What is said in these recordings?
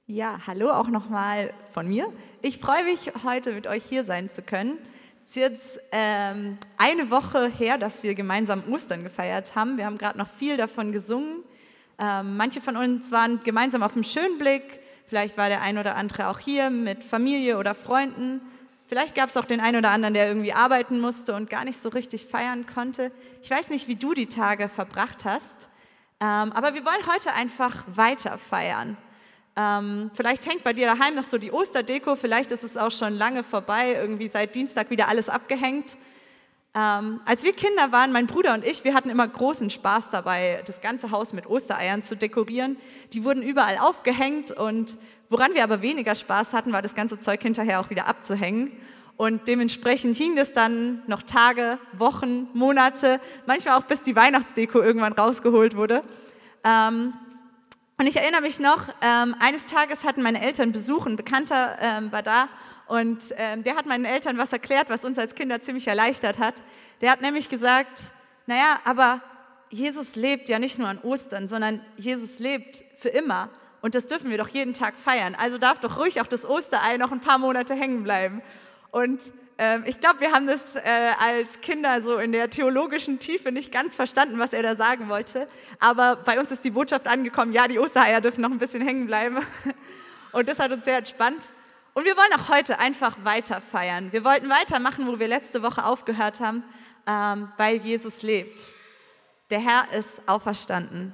Ja, hallo auch nochmal von mir. Ich freue mich, heute mit euch hier sein zu können. Es ist jetzt eine Woche her, dass wir gemeinsam Ostern gefeiert haben. Wir haben gerade noch viel davon gesungen. Manche von uns waren gemeinsam auf dem Schönblick. Vielleicht war der ein oder andere auch hier mit Familie oder Freunden. Vielleicht gab es auch den einen oder anderen, der irgendwie arbeiten musste und gar nicht so richtig feiern konnte. Ich weiß nicht, wie du die Tage verbracht hast, aber wir wollen heute einfach weiter feiern. Vielleicht hängt bei dir daheim noch so die Osterdeko, vielleicht ist es auch schon lange vorbei, irgendwie seit Dienstag wieder alles abgehängt. Als wir Kinder waren, mein Bruder und ich, wir hatten immer großen Spaß dabei, das ganze Haus mit Ostereiern zu dekorieren. Die wurden überall aufgehängt und woran wir aber weniger Spaß hatten, war das ganze Zeug hinterher auch wieder abzuhängen. Und dementsprechend hing das dann noch Tage, Wochen, Monate, manchmal auch bis die Weihnachtsdeko irgendwann rausgeholt wurde. Und ich erinnere mich noch, eines Tages hatten meine Eltern Besuch, ein Bekannter war da und der hat meinen Eltern was erklärt, was uns als Kinder ziemlich erleichtert hat. Der hat nämlich gesagt, naja, aber Jesus lebt ja nicht nur an Ostern, sondern Jesus lebt für immer und das dürfen wir doch jeden Tag feiern. Also darf doch ruhig auch das Osterei noch ein paar Monate hängen bleiben. Und ich glaube, wir haben das als Kinder so in der theologischen Tiefe nicht ganz verstanden, was er da sagen wollte. Aber bei uns ist die Botschaft angekommen, ja, die Ostereier dürfen noch ein bisschen hängen bleiben. Und das hat uns sehr entspannt. Und wir wollen auch heute einfach weiter feiern. Wir wollten weitermachen, wo wir letzte Woche aufgehört haben, weil Jesus lebt. Der Herr ist auferstanden.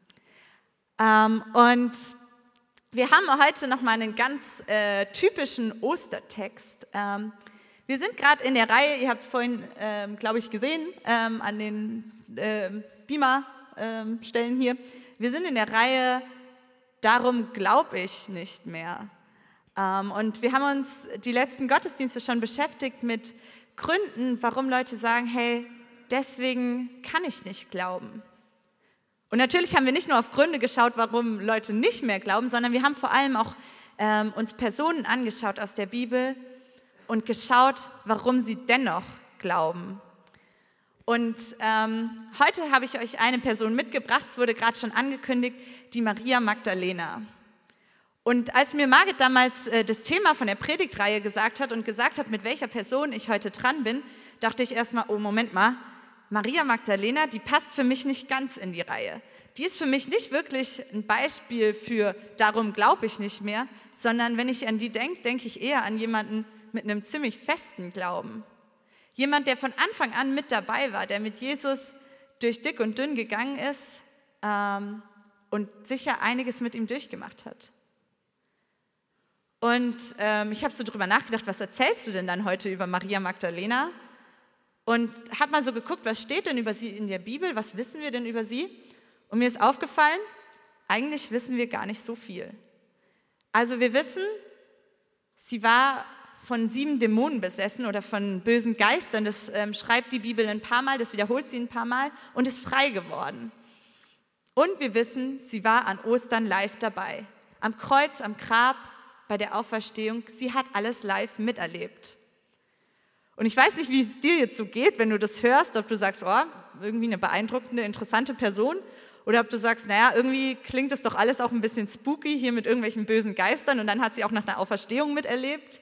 Und wir haben heute nochmal einen ganz typischen Ostertext. Wir sind gerade in der Reihe, ihr habt es vorhin, glaube ich, gesehen, an den Beamer-Stellen hier. Wir sind in der Reihe Darum glaube ich nicht mehr. Und wir haben uns die letzten Gottesdienste schon beschäftigt mit Gründen, warum Leute sagen, hey, deswegen kann ich nicht glauben. Und natürlich haben wir nicht nur auf Gründe geschaut, warum Leute nicht mehr glauben, sondern wir haben vor allem auch uns Personen angeschaut aus der Bibel und geschaut, warum sie dennoch glauben. Und heute habe ich euch eine Person mitgebracht, es wurde gerade schon angekündigt, die Maria Magdalena. Und als mir Margit damals das Thema von der Predigtreihe gesagt hat und gesagt hat, mit welcher Person ich heute dran bin, dachte ich erstmal, oh Moment mal, Maria Magdalena, die passt für mich nicht ganz in die Reihe. Die ist für mich nicht wirklich ein Beispiel für darum glaube ich nicht mehr, sondern wenn ich an die denke, denke ich eher an jemanden mit einem ziemlich festen Glauben. Jemand, der von Anfang an mit dabei war, der mit Jesus durch dick und dünn gegangen ist und sicher einiges mit ihm durchgemacht hat. Und ich habe so drüber nachgedacht, was erzählst du denn dann heute über Maria Magdalena? Und habe mal so geguckt, was steht denn über sie in der Bibel, was wissen wir denn über sie? Und mir ist aufgefallen, eigentlich wissen wir gar nicht so viel. Also wir wissen, sie war von 7 Dämonen besessen oder von bösen Geistern, das schreibt die Bibel ein paar Mal, das wiederholt sie ein paar Mal und ist frei geworden. Und wir wissen, sie war an Ostern live dabei, am Kreuz, am Grab, bei der Auferstehung, sie hat alles live miterlebt. Und ich weiß nicht, wie es dir jetzt so geht, wenn du das hörst, ob du sagst, oh, irgendwie eine beeindruckende, interessante Person, oder ob du sagst, naja, irgendwie klingt das doch alles auch ein bisschen spooky hier mit irgendwelchen bösen Geistern und dann hat sie auch noch eine Auferstehung miterlebt.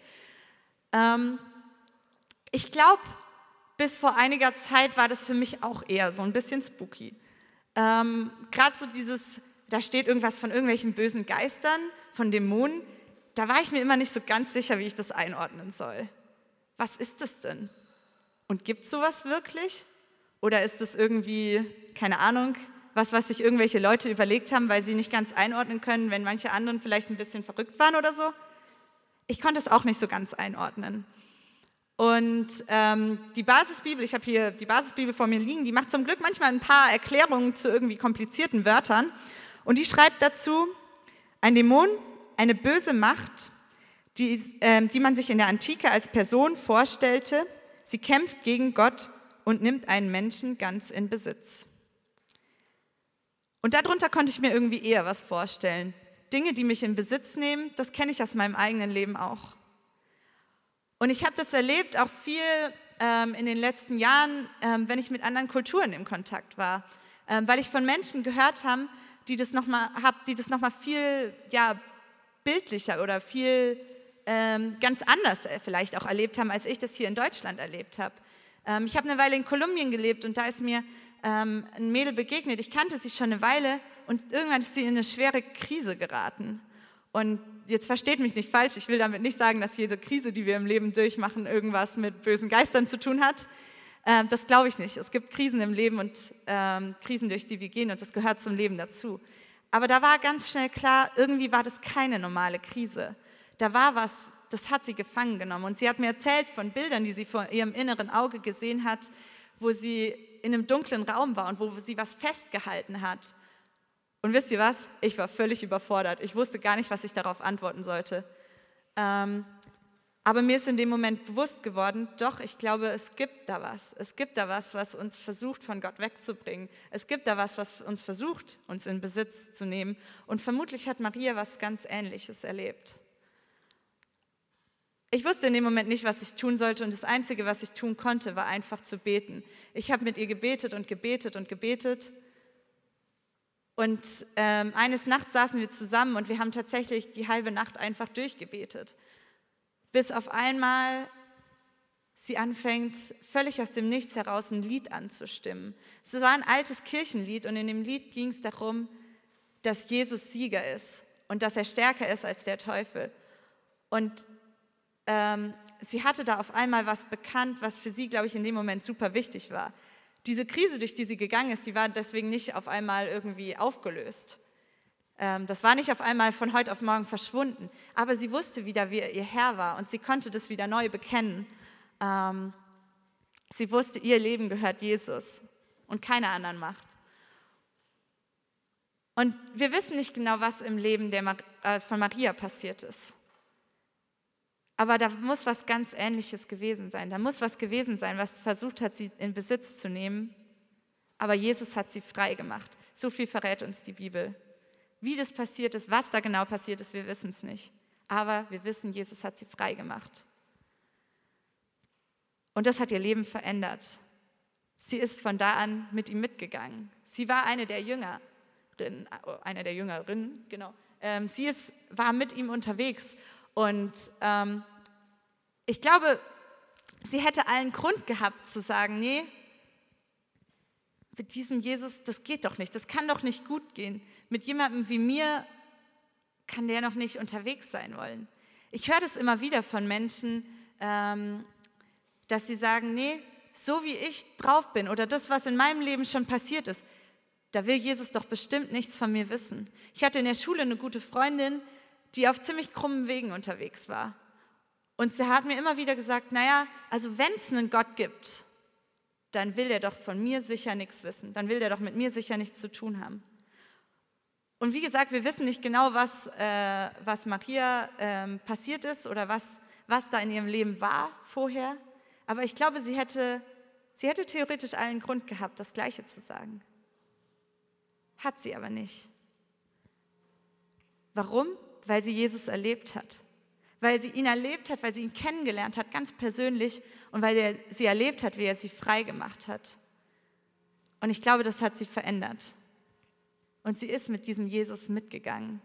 Ich glaube, bis vor einiger Zeit war das für mich auch eher so ein bisschen spooky. Gerade so dieses, da steht irgendwas von irgendwelchen bösen Geistern, von Dämonen, da war ich mir immer nicht so ganz sicher, wie ich das einordnen soll. Was ist das denn? Und gibt es sowas wirklich? Oder ist das irgendwie, keine Ahnung, was sich irgendwelche Leute überlegt haben, weil sie nicht ganz einordnen können, wenn manche anderen vielleicht ein bisschen verrückt waren oder so? Ich konnte es auch nicht so ganz einordnen. Und die Basisbibel, ich habe hier die Basisbibel vor mir liegen, die macht zum Glück manchmal ein paar Erklärungen zu irgendwie komplizierten Wörtern. Und die schreibt dazu, ein Dämon, eine böse Macht, die man sich in der Antike als Person vorstellte. Sie kämpft gegen Gott und nimmt einen Menschen ganz in Besitz. Und darunter konnte ich mir irgendwie eher was vorstellen. Dinge, die mich in Besitz nehmen, das kenne ich aus meinem eigenen Leben auch. Und ich habe das erlebt, auch viel in den letzten Jahren, wenn ich mit anderen Kulturen im Kontakt war. Weil ich von Menschen gehört habe, die das nochmal viel bildlicher oder viel ganz anders vielleicht auch erlebt haben, als ich das hier in Deutschland erlebt habe. Ich habe eine Weile in Kolumbien gelebt und da ist mir ein Mädel begegnet. Ich kannte sie schon eine Weile und irgendwann ist sie in eine schwere Krise geraten. Und jetzt versteht mich nicht falsch, ich will damit nicht sagen, dass jede Krise, die wir im Leben durchmachen, irgendwas mit bösen Geistern zu tun hat. Das glaube ich nicht. Es gibt Krisen im Leben und Krisen, durch die wir gehen und das gehört zum Leben dazu. Aber da war ganz schnell klar, irgendwie war das keine normale Krise. Da war was, das hat sie gefangen genommen. Und sie hat mir erzählt von Bildern, die sie vor ihrem inneren Auge gesehen hat, wo sie in einem dunklen Raum war und wo sie was festgehalten hat. Und wisst ihr was? Ich war völlig überfordert. Ich wusste gar nicht, was ich darauf antworten sollte. Aber mir ist in dem Moment bewusst geworden, doch, ich glaube, es gibt da was. Es gibt da was, was uns versucht, von Gott wegzubringen. Es gibt da was uns versucht, uns in Besitz zu nehmen. Und vermutlich hat Maria was ganz Ähnliches erlebt. Ich wusste in dem Moment nicht, was ich tun sollte und das Einzige, was ich tun konnte, war einfach zu beten. Ich habe mit ihr gebetet und gebetet und gebetet und eines Nachts saßen wir zusammen und wir haben tatsächlich die halbe Nacht einfach durchgebetet, bis auf einmal sie anfängt, völlig aus dem Nichts heraus ein Lied anzustimmen. Es war ein altes Kirchenlied und in dem Lied ging es darum, dass Jesus Sieger ist und dass er stärker ist als der Teufel. Und sie hatte da auf einmal was bekannt, was für sie, glaube ich, in dem Moment super wichtig war. Diese Krise, durch die sie gegangen ist, die war deswegen nicht auf einmal irgendwie aufgelöst. Das war nicht auf einmal von heute auf morgen verschwunden, aber sie wusste wieder, wie ihr Herr war und sie konnte das wieder neu bekennen. Sie wusste, ihr Leben gehört Jesus und keiner anderen Macht. Und wir wissen nicht genau, was im Leben von Maria passiert ist. Aber da muss was ganz Ähnliches gewesen sein. Da muss was gewesen sein, was versucht hat, sie in Besitz zu nehmen. Aber Jesus hat sie frei gemacht. So viel verrät uns die Bibel. Wie das passiert ist, was da genau passiert ist, wir wissen es nicht. Aber wir wissen, Jesus hat sie frei gemacht. Und das hat ihr Leben verändert. Sie ist von da an mit ihm mitgegangen. Sie war eine der Jüngerinnen, genau. War mit ihm unterwegs. Und ich glaube, sie hätte allen Grund gehabt zu sagen, nee, mit diesem Jesus, das geht doch nicht, das kann doch nicht gut gehen. Mit jemandem wie mir kann der noch nicht unterwegs sein wollen. Ich höre das immer wieder von Menschen, dass sie sagen, nee, so wie ich drauf bin oder das, was in meinem Leben schon passiert ist, da will Jesus doch bestimmt nichts von mir wissen. Ich hatte in der Schule eine gute Freundin, die auf ziemlich krummen Wegen unterwegs war. Und sie hat mir immer wieder gesagt, naja, also wenn es einen Gott gibt, dann will er doch von mir sicher nichts wissen. Dann will er doch mit mir sicher nichts zu tun haben. Und wie gesagt, wir wissen nicht genau, was Maria passiert ist oder was da in ihrem Leben war vorher. Aber ich glaube, sie hätte theoretisch allen Grund gehabt, das Gleiche zu sagen. Hat sie aber nicht. Warum? Weil sie Jesus erlebt hat. Weil sie ihn erlebt hat, weil sie ihn kennengelernt hat, ganz persönlich, und weil sie erlebt hat, wie er sie frei gemacht hat. Und ich glaube, das hat sie verändert. Und sie ist mit diesem Jesus mitgegangen.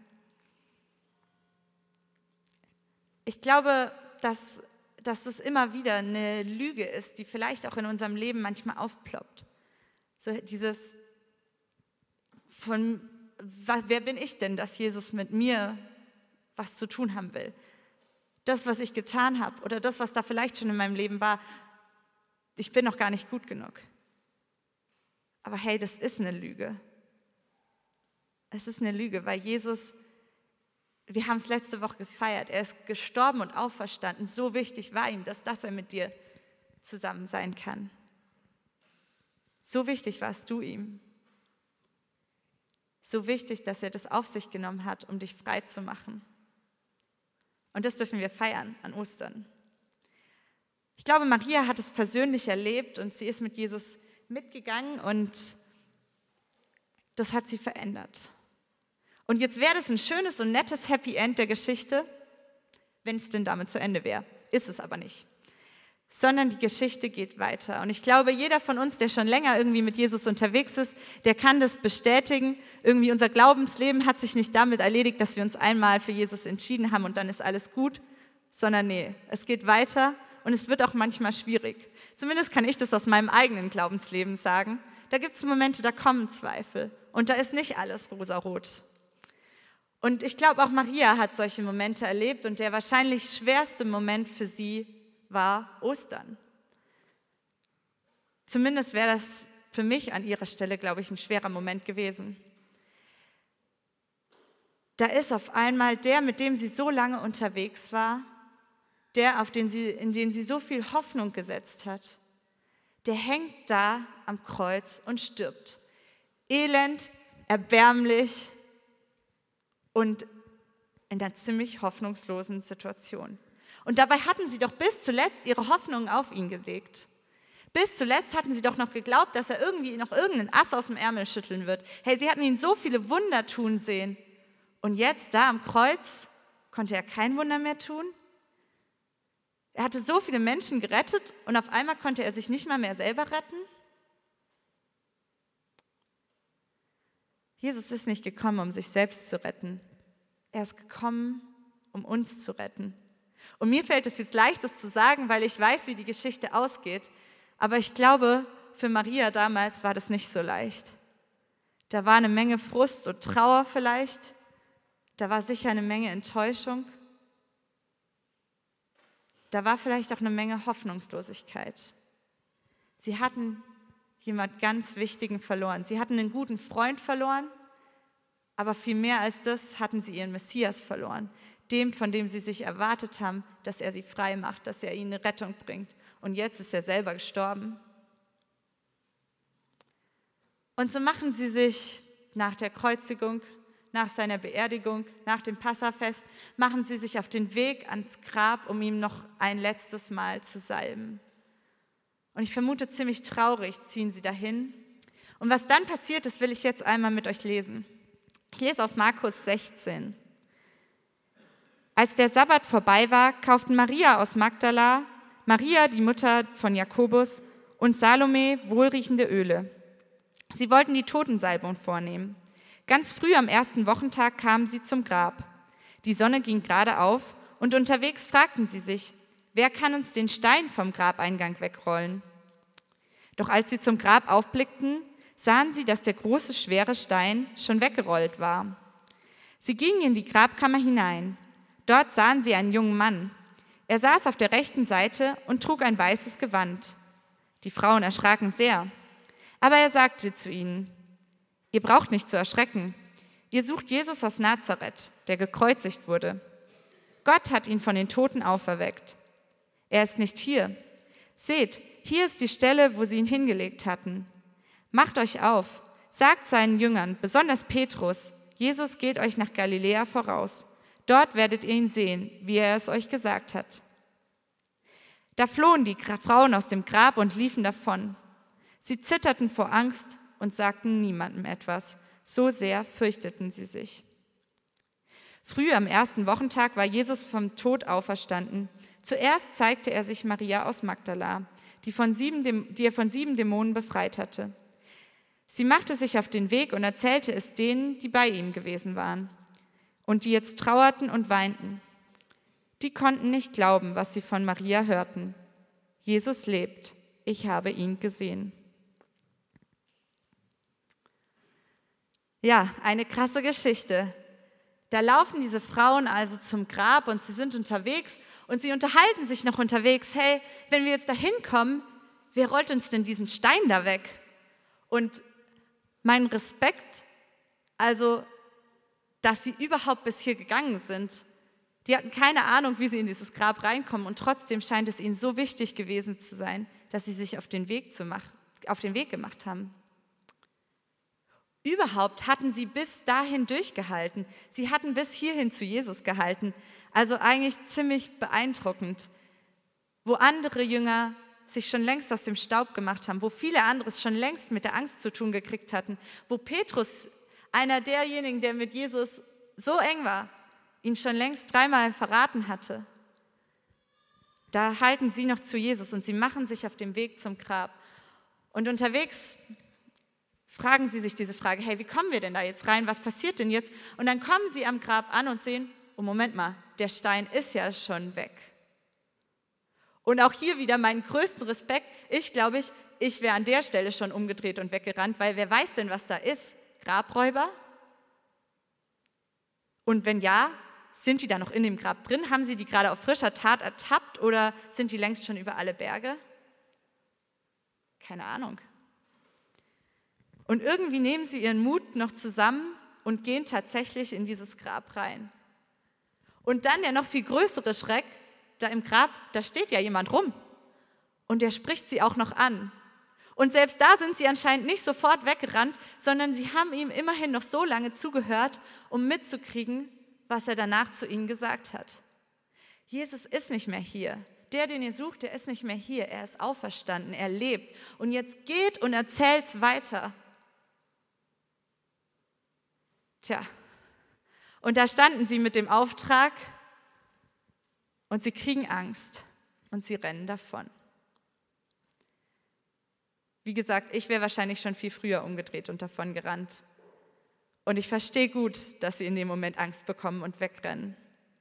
Ich glaube, dass es immer wieder eine Lüge ist, die vielleicht auch in unserem Leben manchmal aufploppt. So dieses wer bin ich denn, dass Jesus mit mir was zu tun haben will? Das, was ich getan habe oder das, was da vielleicht schon in meinem Leben war, ich bin noch gar nicht gut genug. Aber hey, das ist eine Lüge. Es ist eine Lüge, weil Jesus, wir haben es letzte Woche gefeiert, er ist gestorben und auferstanden. So wichtig war ihm, dass er mit dir zusammen sein kann. So wichtig warst du ihm. So wichtig, dass er das auf sich genommen hat, um dich frei zu machen. Und das dürfen wir feiern an Ostern. Ich glaube, Maria hat es persönlich erlebt und sie ist mit Jesus mitgegangen und das hat sie verändert. Und jetzt wäre das ein schönes und nettes Happy End der Geschichte, wenn es denn damit zu Ende wäre. Ist es aber nicht. sondern die Geschichte geht weiter. Und ich glaube, jeder von uns, der schon länger irgendwie mit Jesus unterwegs ist, der kann das bestätigen. Irgendwie unser Glaubensleben hat sich nicht damit erledigt, dass wir uns einmal für Jesus entschieden haben und dann ist alles gut, sondern nee, es geht weiter und es wird auch manchmal schwierig. Zumindest kann ich das aus meinem eigenen Glaubensleben sagen. Da gibt es Momente, da kommen Zweifel und da ist nicht alles rosarot. Und ich glaube, auch Maria hat solche Momente erlebt und der wahrscheinlich schwerste Moment für sie war Ostern. Zumindest wäre das für mich an ihrer Stelle, glaube ich, ein schwerer Moment gewesen. Da ist auf einmal der, mit dem sie so lange unterwegs war, der, in den sie so viel Hoffnung gesetzt hat, der hängt da am Kreuz und stirbt. Elend, erbärmlich und in einer ziemlich hoffnungslosen Situation. Und dabei hatten sie doch bis zuletzt ihre Hoffnung auf ihn gelegt. Bis zuletzt hatten sie doch noch geglaubt, dass er irgendwie noch irgendeinen Ass aus dem Ärmel schütteln wird. Hey, sie hatten ihn so viele Wunder tun sehen. Und jetzt, da am Kreuz, konnte er kein Wunder mehr tun? Er hatte so viele Menschen gerettet und auf einmal konnte er sich nicht mal mehr selber retten? Jesus ist nicht gekommen, um sich selbst zu retten. Er ist gekommen, um uns zu retten. Und mir fällt es jetzt leicht, das zu sagen, weil ich weiß, wie die Geschichte ausgeht. Aber ich glaube, für Maria damals war das nicht so leicht. Da war eine Menge Frust und Trauer vielleicht. Da war sicher eine Menge Enttäuschung. Da war vielleicht auch eine Menge Hoffnungslosigkeit. Sie hatten jemand ganz Wichtigen verloren. Sie hatten einen guten Freund verloren, aber viel mehr als das hatten sie ihren Messias verloren. Dem, von dem sie sich erwartet haben, dass er sie frei macht, dass er ihnen eine Rettung bringt. Und jetzt ist er selber gestorben. Und so machen sie sich nach der Kreuzigung, nach seiner Beerdigung, nach dem Passafest, machen sie sich auf den Weg ans Grab, um ihm noch ein letztes Mal zu salben. Und ich vermute, ziemlich traurig ziehen sie dahin. Und was dann passiert, das will ich jetzt einmal mit euch lesen. Ich lese aus Markus 16. Als der Sabbat vorbei war, kauften Maria aus Magdala, Maria, die Mutter von Jakobus, und Salome wohlriechende Öle. Sie wollten die Totensalbung vornehmen. Ganz früh am ersten Wochentag kamen sie zum Grab. Die Sonne ging gerade auf und unterwegs fragten sie sich, wer kann uns den Stein vom Grabeingang wegrollen? Doch als sie zum Grab aufblickten, sahen sie, dass der große, schwere Stein schon weggerollt war. Sie gingen in die Grabkammer hinein. Dort sahen sie einen jungen Mann. Er saß auf der rechten Seite und trug ein weißes Gewand. Die Frauen erschraken sehr. Aber er sagte zu ihnen, ihr braucht nicht zu erschrecken. Ihr sucht Jesus aus Nazareth, der gekreuzigt wurde. Gott hat ihn von den Toten auferweckt. Er ist nicht hier. Seht, hier ist die Stelle, wo sie ihn hingelegt hatten. Macht euch auf, sagt seinen Jüngern, besonders Petrus, Jesus geht euch nach Galiläa voraus. Dort werdet ihr ihn sehen, wie er es euch gesagt hat. Da flohen die Frauen aus dem Grab und liefen davon. Sie zitterten vor Angst und sagten niemandem etwas. So sehr fürchteten sie sich. Früh am ersten Wochentag war Jesus vom Tod auferstanden. Zuerst zeigte er sich Maria aus Magdala, die er von 7 Dämonen befreit hatte. Sie machte sich auf den Weg und erzählte es denen, die bei ihm gewesen waren und die jetzt trauerten und weinten. Die konnten nicht glauben, was sie von Maria hörten. Jesus lebt, ich habe ihn gesehen. Ja, eine krasse Geschichte. Da laufen diese Frauen also zum Grab und sie sind unterwegs und sie unterhalten sich noch unterwegs. Hey, wenn wir jetzt da hinkommen, wer rollt uns denn diesen Stein da weg? Und mein Respekt, also dass sie überhaupt bis hier gegangen sind. Die hatten keine Ahnung, wie sie in dieses Grab reinkommen und trotzdem scheint es ihnen so wichtig gewesen zu sein, dass sie sich auf den Weg gemacht haben. Überhaupt hatten sie bis dahin durchgehalten. Sie hatten bis hierhin zu Jesus gehalten. Also eigentlich ziemlich beeindruckend. Wo andere Jünger sich schon längst aus dem Staub gemacht haben, wo viele andere es schon längst mit der Angst zu tun gekriegt hatten, wo Petrus, einer derjenigen, der mit Jesus so eng war, ihn schon längst 3-mal verraten hatte. Da halten sie noch zu Jesus und sie machen sich auf den Weg zum Grab. Und unterwegs fragen sie sich diese Frage, hey, wie kommen wir denn da jetzt rein? Was passiert denn jetzt? Und dann kommen sie am Grab an und sehen, oh Moment mal, der Stein ist ja schon weg. Und auch hier wieder meinen größten Respekt. Ich glaube, ich wäre an der Stelle schon umgedreht und weggerannt, weil wer weiß denn, was da ist? Grabräuber? Und wenn ja, sind die da noch in dem Grab drin? Haben sie die gerade auf frischer Tat ertappt oder sind die längst schon über alle Berge? Keine Ahnung. Und irgendwie nehmen sie ihren Mut noch zusammen und gehen tatsächlich in dieses Grab rein. Und dann der noch viel größere Schreck, da im Grab, da steht ja jemand rum. Und der spricht sie auch noch an. Und selbst da sind sie anscheinend nicht sofort weggerannt, sondern sie haben ihm immerhin noch so lange zugehört, um mitzukriegen, was er danach zu ihnen gesagt hat. Jesus ist nicht mehr hier. Der, den ihr sucht, der ist nicht mehr hier. Er ist auferstanden, er lebt. Und jetzt geht und erzählt's weiter. Tja, und da standen sie mit dem Auftrag und sie kriegen Angst und sie rennen davon. Wie gesagt, ich wäre wahrscheinlich schon viel früher umgedreht und davon gerannt. Und ich verstehe gut, dass sie in dem Moment Angst bekommen und wegrennen.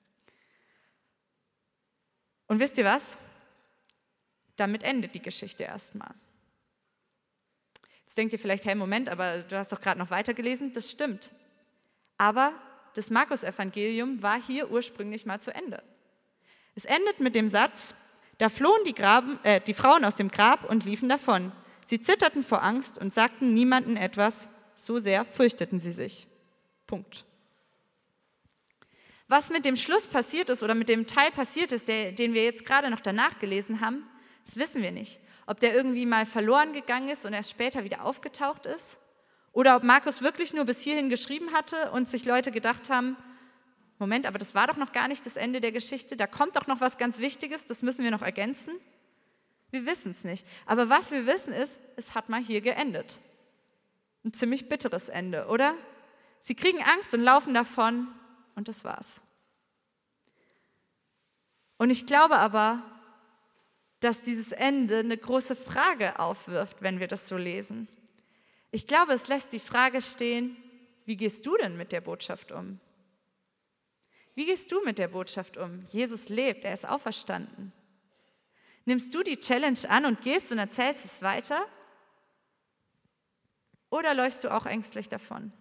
Und wisst ihr was? Damit endet die Geschichte erstmal. Jetzt denkt ihr vielleicht, hey, Moment, aber du hast doch gerade noch weitergelesen. Das stimmt. Aber das Markus-Evangelium war hier ursprünglich mal zu Ende. Es endet mit dem Satz, da flohen die Frauen aus dem Grab und liefen davon. Sie zitterten vor Angst und sagten niemandem etwas, so sehr fürchteten sie sich. Punkt. Was mit dem Schluss passiert ist oder mit dem Teil passiert ist, den wir jetzt gerade noch danach gelesen haben, das wissen wir nicht. Ob der irgendwie mal verloren gegangen ist und erst später wieder aufgetaucht ist oder ob Markus wirklich nur bis hierhin geschrieben hatte und sich Leute gedacht haben, Moment, aber das war doch noch gar nicht das Ende der Geschichte, da kommt doch noch was ganz Wichtiges, das müssen wir noch ergänzen. Wir wissen es nicht. Aber was wir wissen ist, es hat mal hier geendet. Ein ziemlich bitteres Ende, oder? Sie kriegen Angst und laufen davon und das war's. Und ich glaube aber, dass dieses Ende eine große Frage aufwirft, wenn wir das so lesen. Ich glaube, es lässt die Frage stehen, wie gehst du denn mit der Botschaft um? Wie gehst du mit der Botschaft um? Jesus lebt, er ist auferstanden. Nimmst du die Challenge an und gehst und erzählst es weiter? Oder läufst du auch ängstlich davon?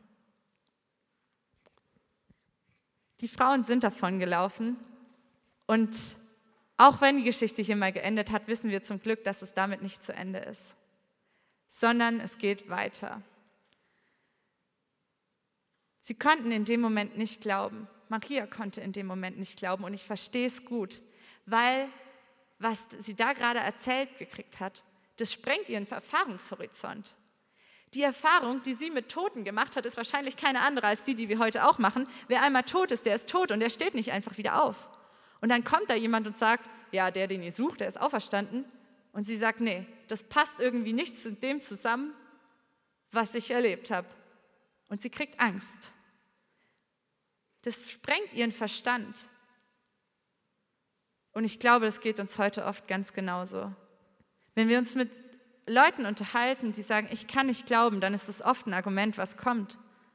Die Frauen sind davon gelaufen und auch wenn die Geschichte hier mal geendet hat, wissen wir zum Glück, dass es damit nicht zu Ende ist, sondern es geht weiter. Sie konnten in dem Moment nicht glauben. Maria konnte in dem Moment nicht glauben und ich verstehe es gut, weil was sie da gerade erzählt gekriegt hat, das sprengt ihren Erfahrungshorizont. Die Erfahrung, die sie mit Toten gemacht hat, ist wahrscheinlich keine andere als die wir heute auch machen. Wer einmal tot ist, der ist tot und der steht nicht einfach wieder auf. Und dann kommt da jemand und sagt, ja, der, den ihr sucht, der ist auferstanden. Und sie sagt, nee, das passt irgendwie nicht zu dem zusammen, was ich erlebt habe. Und sie kriegt Angst. Das sprengt ihren Verstand. Und ich glaube, das geht uns heute oft ganz genauso. Wenn wir uns mit Leuten unterhalten, die sagen, ich kann nicht glauben, dann ist das oft ein Argument, was kommt.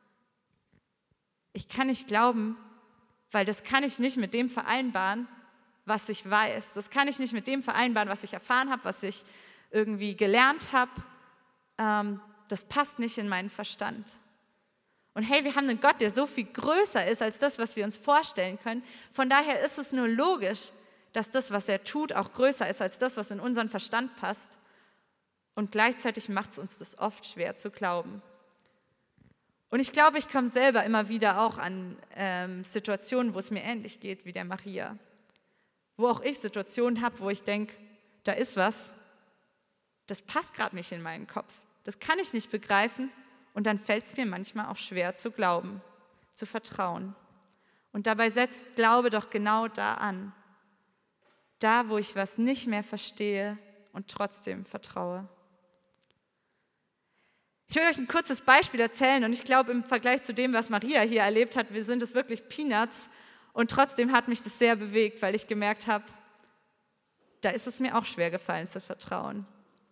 Ich kann nicht glauben, weil das kann ich nicht mit dem vereinbaren, was ich weiß. Das kann ich nicht mit dem vereinbaren, was ich erfahren habe, was ich irgendwie gelernt habe. Das passt nicht in meinen Verstand. Und hey, wir haben einen Gott, der so viel größer ist als das, was wir uns vorstellen können. Von daher ist es nur logisch, dass das, was er tut, auch größer ist als das, was in unseren Verstand passt. Und gleichzeitig macht es uns das oft schwer zu glauben. Und ich glaube, ich komme selber immer wieder auch an Situationen, wo es mir ähnlich geht wie der Maria. Wo auch ich Situationen habe, wo ich denke, da ist was, das passt gerade nicht in meinen Kopf. Das kann ich nicht begreifen und dann fällt es mir manchmal auch schwer zu glauben, zu vertrauen. Und dabei setzt Glaube doch genau da an. Da, wo ich was nicht mehr verstehe und trotzdem vertraue. Ich will euch ein kurzes Beispiel erzählen und ich glaube, im Vergleich zu dem, was Maria hier erlebt hat, sind es wirklich Peanuts und trotzdem hat mich das sehr bewegt, weil ich gemerkt habe, da ist es mir auch schwer gefallen zu vertrauen.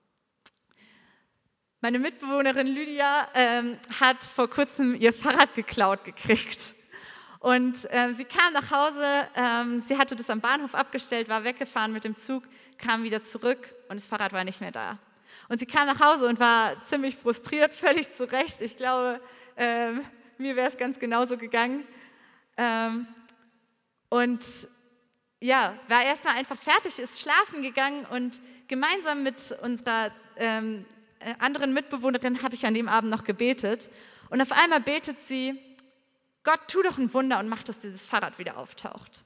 Meine Mitbewohnerin Lydia hat vor kurzem ihr Fahrrad geklaut gekriegt. Und sie kam nach Hause, sie hatte das am Bahnhof abgestellt, war weggefahren mit dem Zug, kam wieder zurück und das Fahrrad war nicht mehr da. Und sie kam nach Hause und war ziemlich frustriert, völlig zu Recht. Ich glaube, mir wäre es ganz genauso gegangen. Und ja, war erstmal einfach fertig, ist schlafen gegangen und gemeinsam mit unserer anderen Mitbewohnerin habe ich an dem Abend noch gebetet. Und auf einmal betet sie: Gott, tu doch ein Wunder und mach, dass dieses Fahrrad wieder auftaucht.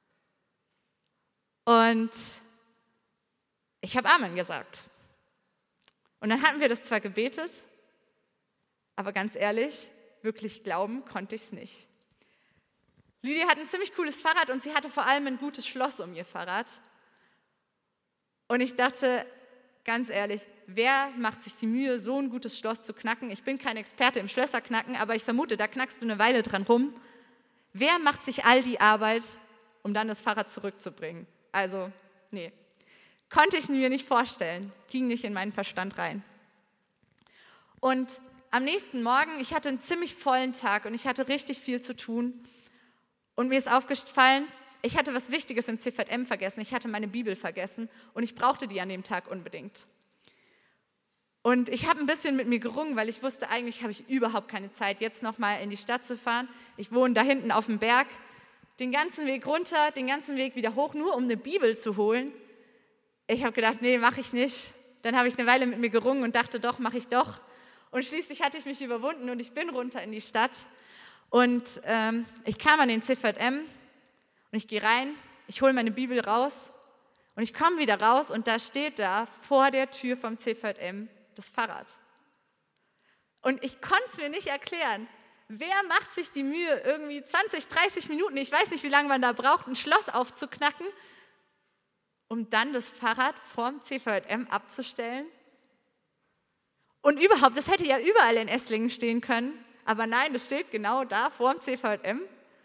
Und ich habe Amen gesagt. Und dann hatten wir das zwar gebetet, aber ganz ehrlich, wirklich glauben konnte ich es nicht. Lydia hat ein ziemlich cooles Fahrrad und sie hatte vor allem ein gutes Schloss um ihr Fahrrad. Und ich dachte, ganz ehrlich, wer macht sich die Mühe, so ein gutes Schloss zu knacken? Ich bin kein Experte im Schlösserknacken, aber ich vermute, da knackst du eine Weile dran rum. Wer macht sich all die Arbeit, um dann das Fahrrad zurückzubringen? Also, nee, konnte ich mir nicht vorstellen, ging nicht in meinen Verstand rein. Und am nächsten Morgen, ich hatte einen ziemlich vollen Tag und ich hatte richtig viel zu tun. Und mir ist aufgefallen, ich hatte was Wichtiges im CVM vergessen. Ich hatte meine Bibel vergessen und ich brauchte die an dem Tag unbedingt. Und ich habe ein bisschen mit mir gerungen, weil ich wusste, eigentlich habe ich überhaupt keine Zeit, jetzt nochmal in die Stadt zu fahren. Ich wohne da hinten auf dem Berg, den ganzen Weg runter, den ganzen Weg wieder hoch, nur um eine Bibel zu holen. Ich habe gedacht, nee, mache ich nicht. Dann habe ich eine Weile mit mir gerungen und dachte, doch, mache ich doch. Und schließlich hatte ich mich überwunden und ich bin runter in die Stadt. Und ich kam an den CVM und ich gehe rein, ich hole meine Bibel raus und ich komme wieder raus und da steht da vor der Tür vom CVM das Fahrrad. Und ich konnte es mir nicht erklären. Wer macht sich die Mühe, irgendwie 20, 30 Minuten, ich weiß nicht, wie lange man da braucht, ein Schloss aufzuknacken, um dann das Fahrrad vorm CVM abzustellen? Und überhaupt, das hätte ja überall in Esslingen stehen können, aber nein, das steht genau da vorm CVM.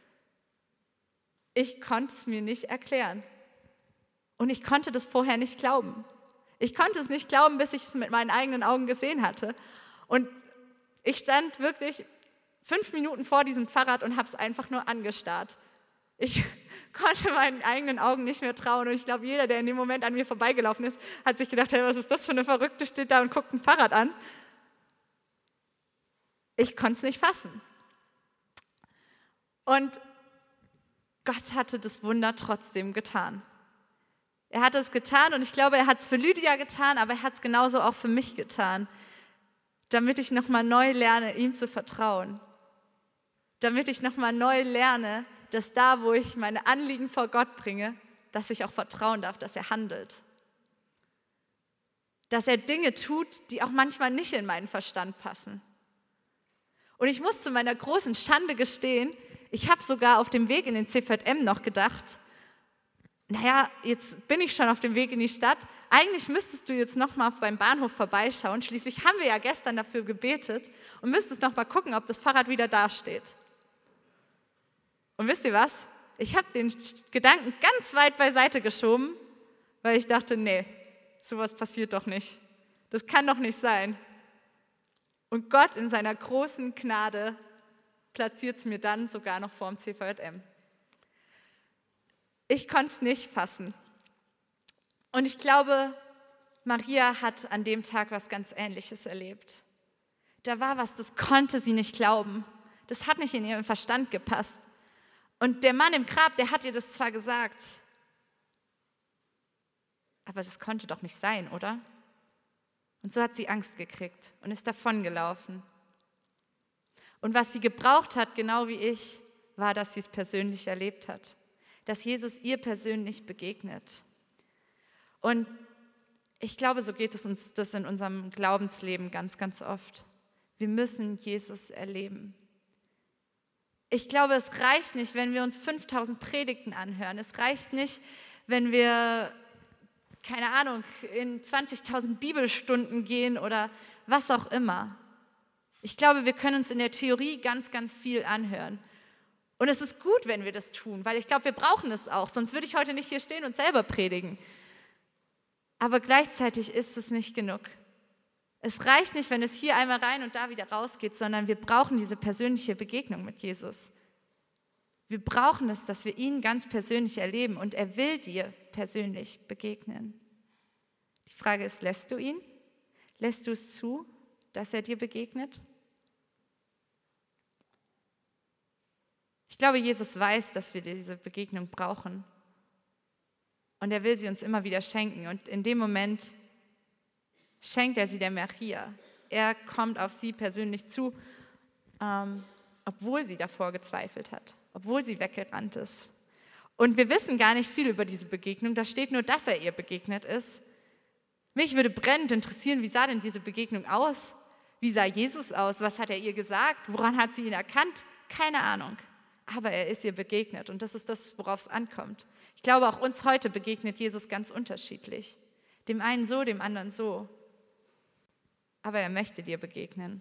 Ich konnte es mir nicht erklären. Und ich konnte das vorher nicht glauben. Ich konnte es nicht glauben, bis ich es mit meinen eigenen Augen gesehen hatte. Und ich stand wirklich 5 Minuten vor diesem Fahrrad und habe es einfach nur angestarrt. Ich konnte meinen eigenen Augen nicht mehr trauen. Und ich glaube, jeder, der in dem Moment an mir vorbeigelaufen ist, hat sich gedacht, hey, was ist das für eine Verrückte, steht da und guckt ein Fahrrad an. Ich konnte es nicht fassen. Und Gott hatte das Wunder trotzdem getan. Er hat es getan und ich glaube, er hat es für Lydia getan, aber er hat es genauso auch für mich getan, damit ich nochmal neu lerne, ihm zu vertrauen. Damit ich nochmal neu lerne, dass da, wo ich meine Anliegen vor Gott bringe, dass ich auch vertrauen darf, dass er handelt. Dass er Dinge tut, die auch manchmal nicht in meinen Verstand passen. Und ich muss zu meiner großen Schande gestehen, ich habe sogar auf dem Weg in den CVM noch gedacht, naja, jetzt bin ich schon auf dem Weg in die Stadt, eigentlich müsstest du jetzt noch mal beim Bahnhof vorbeischauen, schließlich haben wir ja gestern dafür gebetet und müsstest noch mal gucken, ob das Fahrrad wieder dasteht. Und wisst ihr was? Ich habe den Gedanken ganz weit beiseite geschoben, weil ich dachte, nee, sowas passiert doch nicht. Das kann doch nicht sein. Und Gott in seiner großen Gnade platziert es mir dann sogar noch vorm CVM. Ich konnte es nicht fassen. Und ich glaube, Maria hat an dem Tag was ganz Ähnliches erlebt. Da war was, das konnte sie nicht glauben. Das hat nicht in ihren Verstand gepasst. Und der Mann im Grab, der hat ihr das zwar gesagt, aber das konnte doch nicht sein, oder? Und so hat sie Angst gekriegt und ist davongelaufen. Und was sie gebraucht hat, genau wie ich, war, dass sie es persönlich erlebt hat. Dass Jesus ihr persönlich begegnet. Und ich glaube, so geht es uns das in unserem Glaubensleben ganz, ganz oft. Wir müssen Jesus erleben. Ich glaube, es reicht nicht, wenn wir uns 5000 Predigten anhören. Es reicht nicht, wenn wir, keine Ahnung, in 20.000 Bibelstunden gehen oder was auch immer. Ich glaube, wir können uns in der Theorie ganz, ganz viel anhören. Und es ist gut, wenn wir das tun, weil ich glaube, wir brauchen es auch. Sonst würde ich heute nicht hier stehen und selber predigen. Aber gleichzeitig ist es nicht genug. Es reicht nicht, wenn es hier einmal rein und da wieder rausgeht, sondern wir brauchen diese persönliche Begegnung mit Jesus. Wir brauchen es, dass wir ihn ganz persönlich erleben und er will dir persönlich begegnen. Die Frage ist, lässt du ihn? Lässt du es zu, dass er dir begegnet? Ich glaube, Jesus weiß, dass wir diese Begegnung brauchen. Und er will sie uns immer wieder schenken. Und in dem Moment schenkt er sie der Maria. Er kommt auf sie persönlich zu, obwohl sie davor gezweifelt hat, obwohl sie weggerannt ist. Und wir wissen gar nicht viel über diese Begegnung. Da steht nur, dass er ihr begegnet ist. Mich würde brennend interessieren, wie sah denn diese Begegnung aus? Wie sah Jesus aus? Was hat er ihr gesagt? Woran hat sie ihn erkannt? Keine Ahnung. Aber er ist ihr begegnet und das ist das, worauf es ankommt. Ich glaube, auch uns heute begegnet Jesus ganz unterschiedlich. Dem einen so, dem anderen so. Aber er möchte dir begegnen.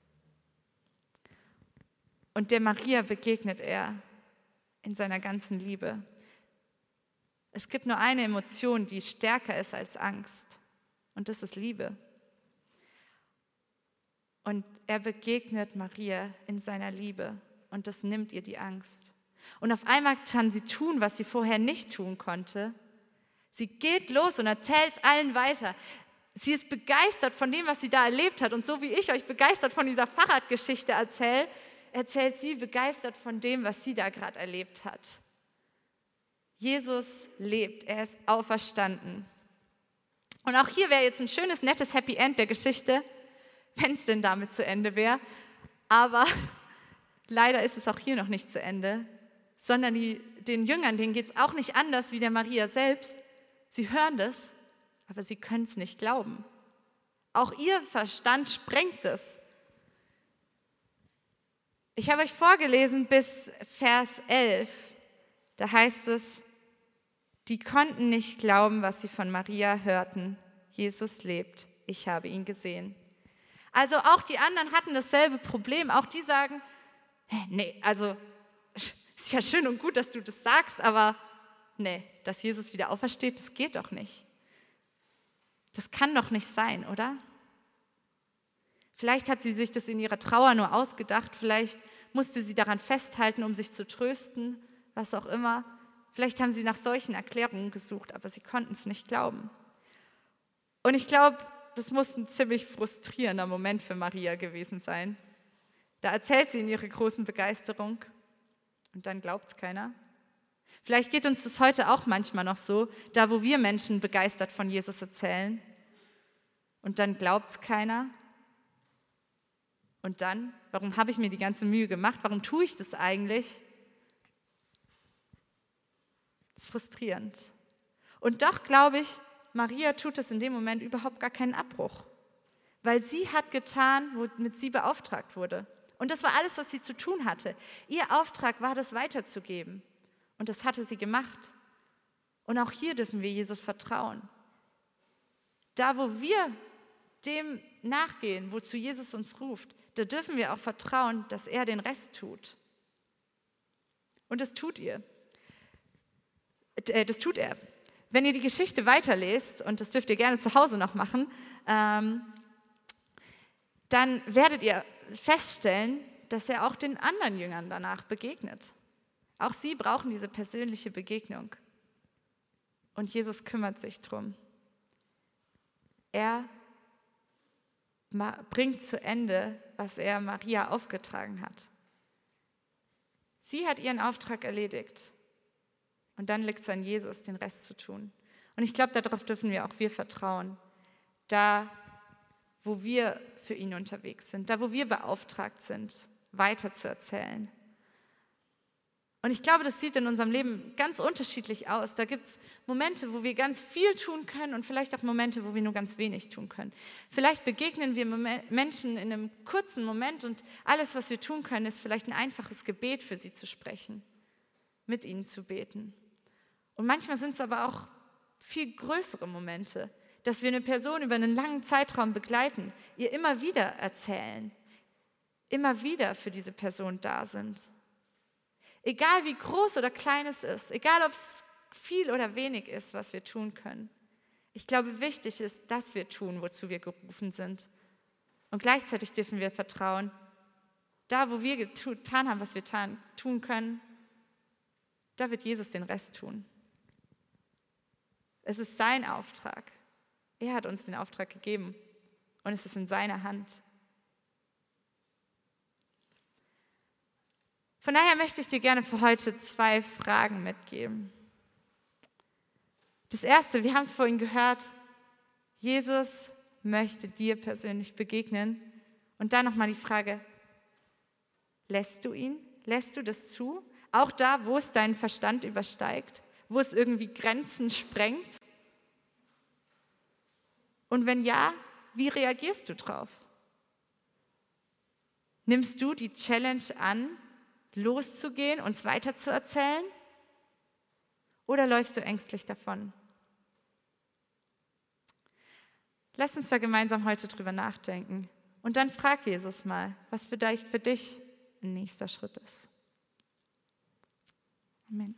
Und der Maria begegnet er in seiner ganzen Liebe. Es gibt nur eine Emotion, die stärker ist als Angst. Und das ist Liebe. Und er begegnet Maria in seiner Liebe. Und das nimmt ihr die Angst. Und auf einmal kann sie tun, was sie vorher nicht tun konnte. Sie geht los und erzählt es allen weiter. Sie ist begeistert von dem, was sie da erlebt hat. Und so wie ich euch begeistert von dieser Fahrradgeschichte erzähle, erzählt sie begeistert von dem, was sie da gerade erlebt hat. Jesus lebt, er ist auferstanden. Und auch hier wäre jetzt ein schönes, nettes Happy End der Geschichte, wenn es denn damit zu Ende wäre. Aber leider ist es auch hier noch nicht zu Ende, sondern den Jüngern, denen geht es auch nicht anders wie der Maria selbst. Sie hören das, aber sie können es nicht glauben. Auch ihr Verstand sprengt es. Ich habe euch vorgelesen bis Vers 11. Da heißt es, die konnten nicht glauben, was sie von Maria hörten. Jesus lebt, ich habe ihn gesehen. Also auch die anderen hatten dasselbe Problem. Auch die sagen, nee, also ist ja schön und gut, dass du das sagst, aber nee, dass Jesus wieder aufersteht, das geht doch nicht. Das kann doch nicht sein, oder? Vielleicht hat sie sich das in ihrer Trauer nur ausgedacht, vielleicht musste sie daran festhalten, um sich zu trösten, was auch immer. Vielleicht haben sie nach solchen Erklärungen gesucht, aber sie konnten es nicht glauben. Und ich glaube, das muss ein ziemlich frustrierender Moment für Maria gewesen sein. Da erzählt sie in ihrer großen Begeisterung und dann glaubt es keiner. Vielleicht geht uns das heute auch manchmal noch so, da wo wir Menschen begeistert von Jesus erzählen und dann glaubt es keiner. Und dann, warum habe ich mir die ganze Mühe gemacht? Warum tue ich das eigentlich? Das ist frustrierend. Und doch glaube ich, Maria tut es in dem Moment überhaupt gar keinen Abbruch, weil sie hat getan, womit sie beauftragt wurde. Und das war alles, was sie zu tun hatte. Ihr Auftrag war, das weiterzugeben. Und das hatte sie gemacht. Und auch hier dürfen wir Jesus vertrauen. Da, wo wir dem nachgehen, wozu Jesus uns ruft, da dürfen wir auch vertrauen, dass er den Rest tut. Und das tut er. Wenn ihr die Geschichte weiterlest, und das dürft ihr gerne zu Hause noch machen, dann werdet ihr feststellen, dass er auch den anderen Jüngern danach begegnet. Auch sie brauchen diese persönliche Begegnung. Und Jesus kümmert sich drum. Er bringt zu Ende, was er Maria aufgetragen hat. Sie hat ihren Auftrag erledigt. Und dann liegt es an Jesus, den Rest zu tun. Und ich glaube, darauf dürfen wir auch wir vertrauen. Da, wo wir für ihn unterwegs sind, da, wo wir beauftragt sind, weiterzuerzählen. Und ich glaube, das sieht in unserem Leben ganz unterschiedlich aus. Da gibt es Momente, wo wir ganz viel tun können und vielleicht auch Momente, wo wir nur ganz wenig tun können. Vielleicht begegnen wir Menschen in einem kurzen Moment und alles, was wir tun können, ist vielleicht ein einfaches Gebet für sie zu sprechen, mit ihnen zu beten. Und manchmal sind es aber auch viel größere Momente, dass wir eine Person über einen langen Zeitraum begleiten, ihr immer wieder erzählen, immer wieder für diese Person da sind. Egal wie groß oder klein es ist, egal ob es viel oder wenig ist, was wir tun können. Ich glaube, wichtig ist, dass wir tun, wozu wir gerufen sind. Und gleichzeitig dürfen wir vertrauen, da wo wir getan haben, was wir tun können, da wird Jesus den Rest tun. Es ist sein Auftrag. Er hat uns den Auftrag gegeben und es ist in seiner Hand. Von daher möchte ich dir gerne für heute 2 Fragen mitgeben. Das erste, wir haben es vorhin gehört, Jesus möchte dir persönlich begegnen. Und dann nochmal die Frage, lässt du ihn? Lässt du das zu? Auch da, wo es deinen Verstand übersteigt, wo es irgendwie Grenzen sprengt? Und wenn ja, wie reagierst du drauf? Nimmst du die Challenge an, loszugehen, uns weiterzuerzählen? Oder läufst du ängstlich davon? Lass uns da gemeinsam heute drüber nachdenken. Und dann frag Jesus mal, was vielleicht für dich ein nächster Schritt ist. Amen.